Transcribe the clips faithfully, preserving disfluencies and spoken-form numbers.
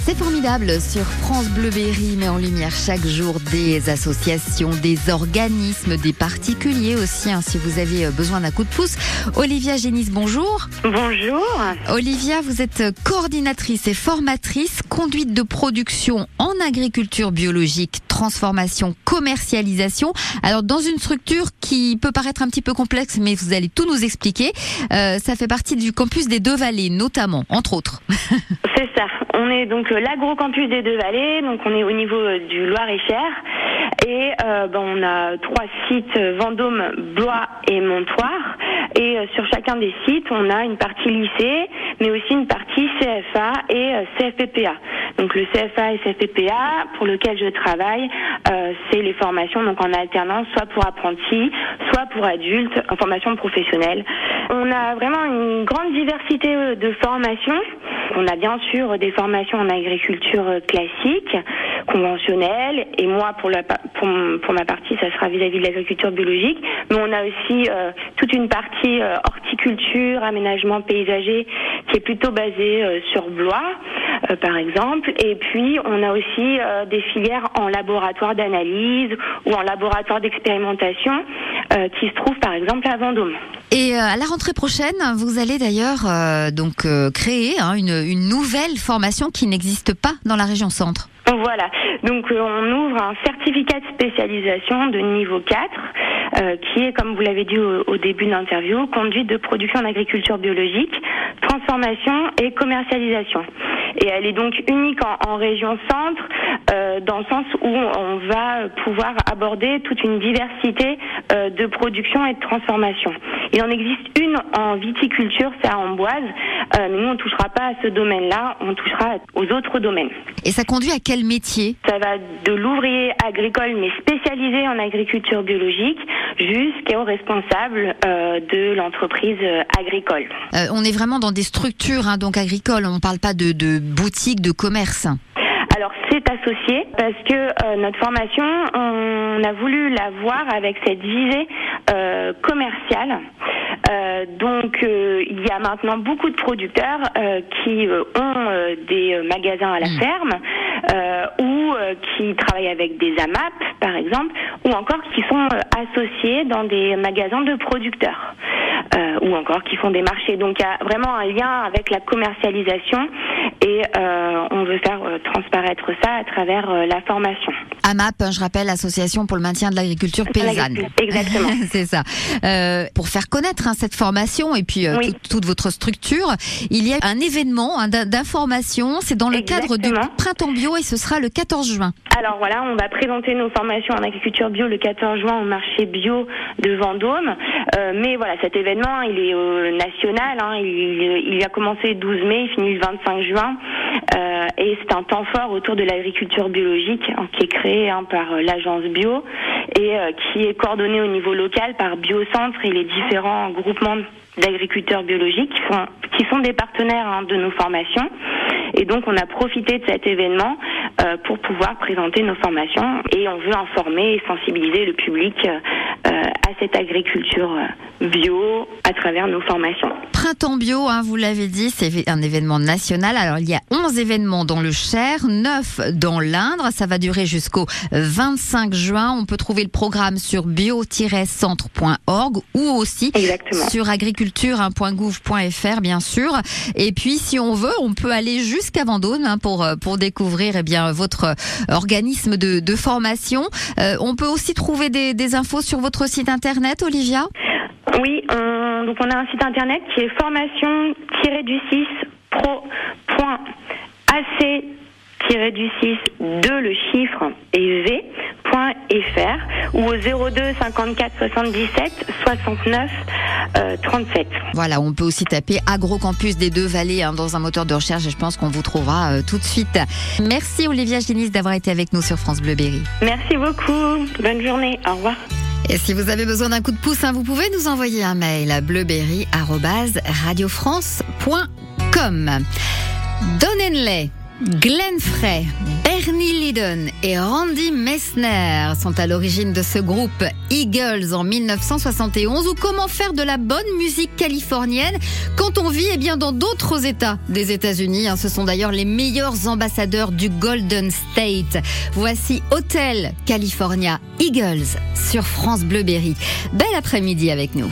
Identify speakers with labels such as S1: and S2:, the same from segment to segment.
S1: C'est formidable, sur France Bleu Berry met en lumière chaque jour des associations, des organismes, des particuliers aussi, hein, si vous avez besoin d'un coup de pouce. Olivia Génis, bonjour.
S2: Bonjour.
S1: Olivia, vous êtes coordinatrice et formatrice, conduite de production en agriculture biologique, transformation, commercialisation. Alors dans une structure qui peut paraître un petit peu complexe, mais vous allez tout nous expliquer. Euh, ça fait partie du campus des Deux-Vallées, notamment, entre autres.
S2: C'est ça. On est donc l'agrocampus des Deux-Vallées, donc on est au niveau du Loir-et-Cher. Et euh, ben, on a trois sites, Vendôme, Blois et Montoire. Et euh, sur chacun des sites, on a une partie lycée, mais aussi une partie C F A et euh, C F P P A. Donc le C F A et C F P P A, pour lequel je travaille, euh, c'est les formations donc en alternance, soit pour apprentis, soit pour adultes, en formation professionnelle. On a vraiment une grande diversité de formations. On a bien sûr des formations en agriculture classique, conventionnelle, et moi pour la pour, pour ma partie ça sera vis-à-vis de l'agriculture biologique, mais on a aussi euh, toute une partie euh, horticulture, aménagement paysager qui est plutôt basée euh, sur Blois euh, par exemple, et puis on a aussi euh, des filières en laboratoire d'analyse ou en laboratoire d'expérimentation euh, qui se trouvent par exemple à Vendôme.
S1: Et euh, à la rentrée prochaine, vous allez d'ailleurs euh, donc euh, créer hein, une, une nouvelle formation qui n'existe pas dans la région Centre.
S2: Voilà, donc euh, on ouvre un certificat de spécialisation de niveau quatre euh, qui est, comme vous l'avez dit au, au début de l'interview, conduite de production en agriculture biologique, transformation et commercialisation. Et elle est donc unique en, en région Centre euh, dans le sens où on va pouvoir aborder toute une diversité euh, de production et de transformation. Il en existe une en viticulture, c'est à Amboise, euh, mais nous on ne touchera pas à ce domaine-là, on touchera aux autres domaines.
S1: Et ça conduit à quel métier ?
S2: Ça va de l'ouvrier agricole mais spécialisé en agriculture biologique jusqu'au responsable euh, de l'entreprise euh, agricole.
S1: Euh, on est vraiment dans des structures hein, donc agricoles, on ne parle pas de, de boutique, de commerce.
S2: Alors c'est associé parce que euh, notre formation, on a voulu la voir avec cette visée euh, commerciale. Euh, donc euh, il y a maintenant beaucoup de producteurs euh, qui euh, ont euh, des magasins à la mmh. ferme euh, ou euh, qui travaillent avec des A M A P par exemple, ou encore qui sont euh, associés dans des magasins de producteurs. Euh, ou encore qui font des marchés. Donc il y a vraiment un lien avec la commercialisation et euh, on veut faire euh, transparaître ça à travers euh, la formation.
S1: A M A P, je rappelle, Association pour le maintien de l'agriculture paysanne.
S2: Exactement.
S1: C'est ça. Euh, pour faire connaître hein, cette formation et puis euh, oui. tout, toute votre structure, il y a un événement hein, d'information, c'est dans le Exactement. cadre du Printemps Bio et ce sera le quatorze juin.
S2: Alors voilà, on va présenter nos formations en agriculture bio le quatorze juin au marché bio de Vendôme. Euh, mais voilà, cet événement, il est euh, national. Hein, il, il a commencé le douze mai, il finit le vingt-cinq juin. Euh, et c'est un temps fort autour de l'agriculture biologique hein, qui est créé hein, par euh, l'agence bio et euh, qui est coordonné au niveau local par Biocentre et les différents groupements d'agriculteurs biologiques qui sont, qui sont des partenaires hein, de nos formations. Et donc on a profité de cet événement euh, pour pouvoir présenter nos formations et on veut informer et sensibiliser le public euh, à cette agriculture bio à travers nos formations.
S1: Printemps bio, hein, vous l'avez dit, c'est un événement national. Alors il y a onze événements dans le Cher, neuf dans l'Indre. Ça va durer jusqu'au vingt-cinq juin. On peut trouver le programme sur bio tiret centre point org ou aussi
S2: Exactement.
S1: sur agriculture point gouv point f r bien sûr. Et puis si on veut, on peut aller jusqu'à Vendôme hein, pour pour découvrir eh bien votre organisme de, de formation. Euh, on peut aussi trouver des, des infos sur votre site internet, Olivia ?
S2: Oui, on, donc on a un site internet qui est formation du six pro point a c du six deux le chiffre et v point f r ou au zéro deux cinquante-quatre soixante-dix-sept soixante-neuf trente-sept.
S1: Voilà, on peut aussi taper Agrocampus des Deux-Vallées hein, dans un moteur de recherche et je pense qu'on vous trouvera euh, tout de suite. Merci Olivia Génis d'avoir été avec nous sur France Bleu Berry.
S2: Merci beaucoup, bonne journée, au revoir.
S1: Et si vous avez besoin d'un coup de pouce, hein, vous pouvez nous envoyer un mail à bleuberry arobase radio france point com. Donnez-les Glenn Frey, Bernie Leadon et Randy Meisner sont à l'origine de ce groupe Eagles en mille neuf cent soixante et onze. Ou comment faire de la bonne musique californienne quand on vit eh bien, dans d'autres États des États-Unis. Ce sont d'ailleurs les meilleurs ambassadeurs du Golden State. Voici Hotel California Eagles sur France Bleu Berry. Bel après-midi avec nous.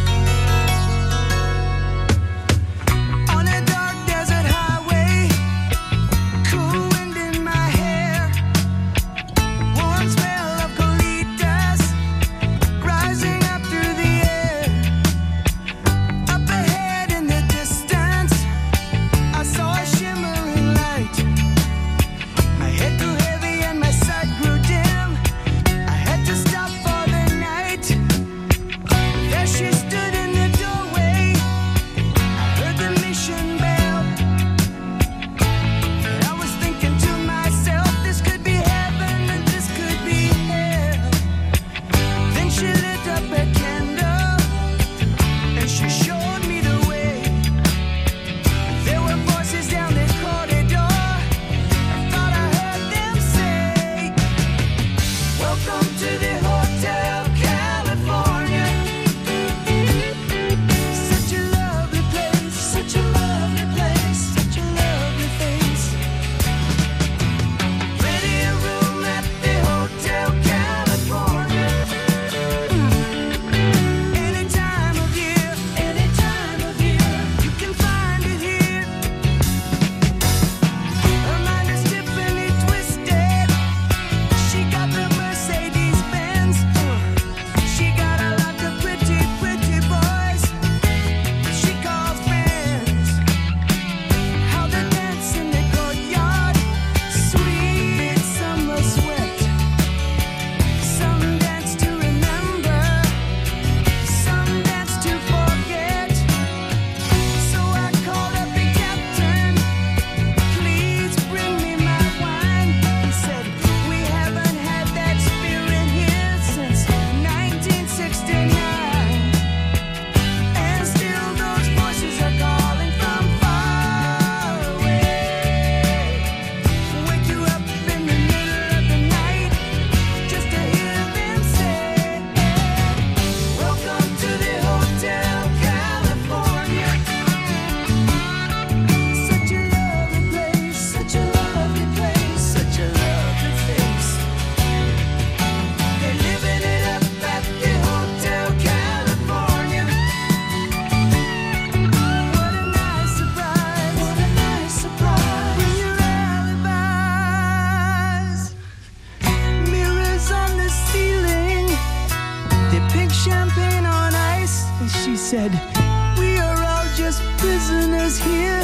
S3: Champagne on ice, and she said, we are all just prisoners here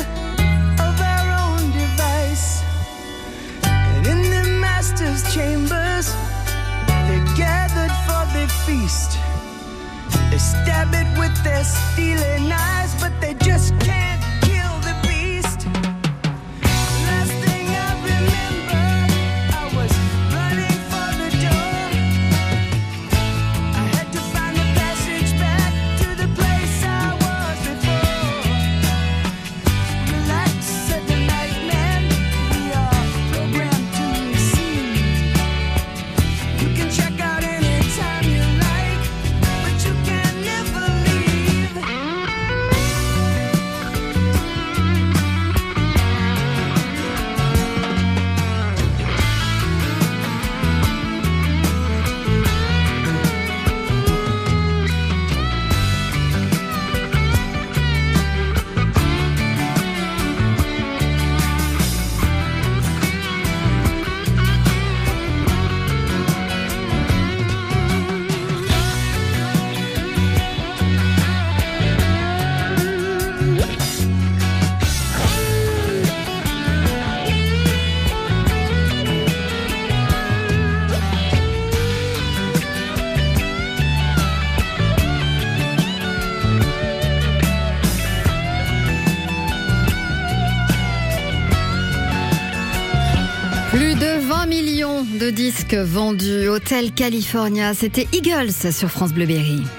S3: of our own device. And in the master's chambers, they gathered for the feast. They stab it with their steely knives, but they just can't kill the beast. Last thing I remember, I was running for the door. I had to find the passage back to the place I was before. Relax, said the nightman, we are programmed to receive. You can check out anytime you like, but you can never leave.
S1: Plus de vingt millions de disques vendus. Hotel California, c'était Eagles sur France Bleu Berry.